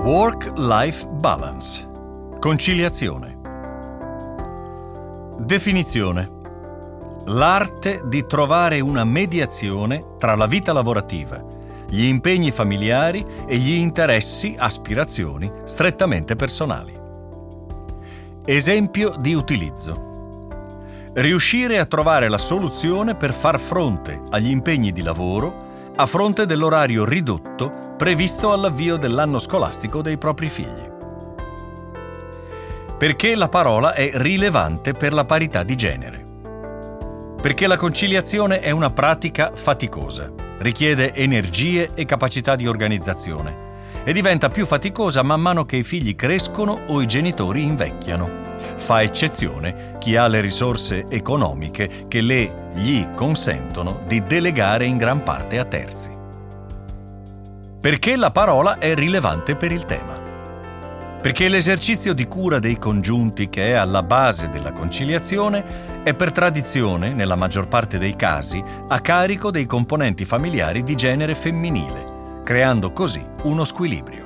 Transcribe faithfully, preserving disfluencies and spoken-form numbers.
Work-life balance. Conciliazione. Definizione. L'arte di trovare una mediazione tra la vita lavorativa, gli impegni familiari e gli interessi, aspirazioni strettamente personali. Esempio di utilizzo. Riuscire a trovare la soluzione per far fronte agli impegni di lavoro a fronte dell'orario ridotto previsto all'avvio dell'anno scolastico dei propri figli. Perché la parola è rilevante per la parità di genere. Perché la conciliazione è una pratica faticosa, richiede energie e capacità di organizzazione e diventa più faticosa man mano che i figli crescono o i genitori invecchiano. Fa eccezione chi ha le risorse economiche che le gli consentono di delegare in gran parte a terzi. Perché la parola è rilevante per il tema. Perché l'esercizio di cura dei congiunti che è alla base della conciliazione è per tradizione, nella maggior parte dei casi, a carico dei componenti familiari di genere femminile, creando così uno squilibrio.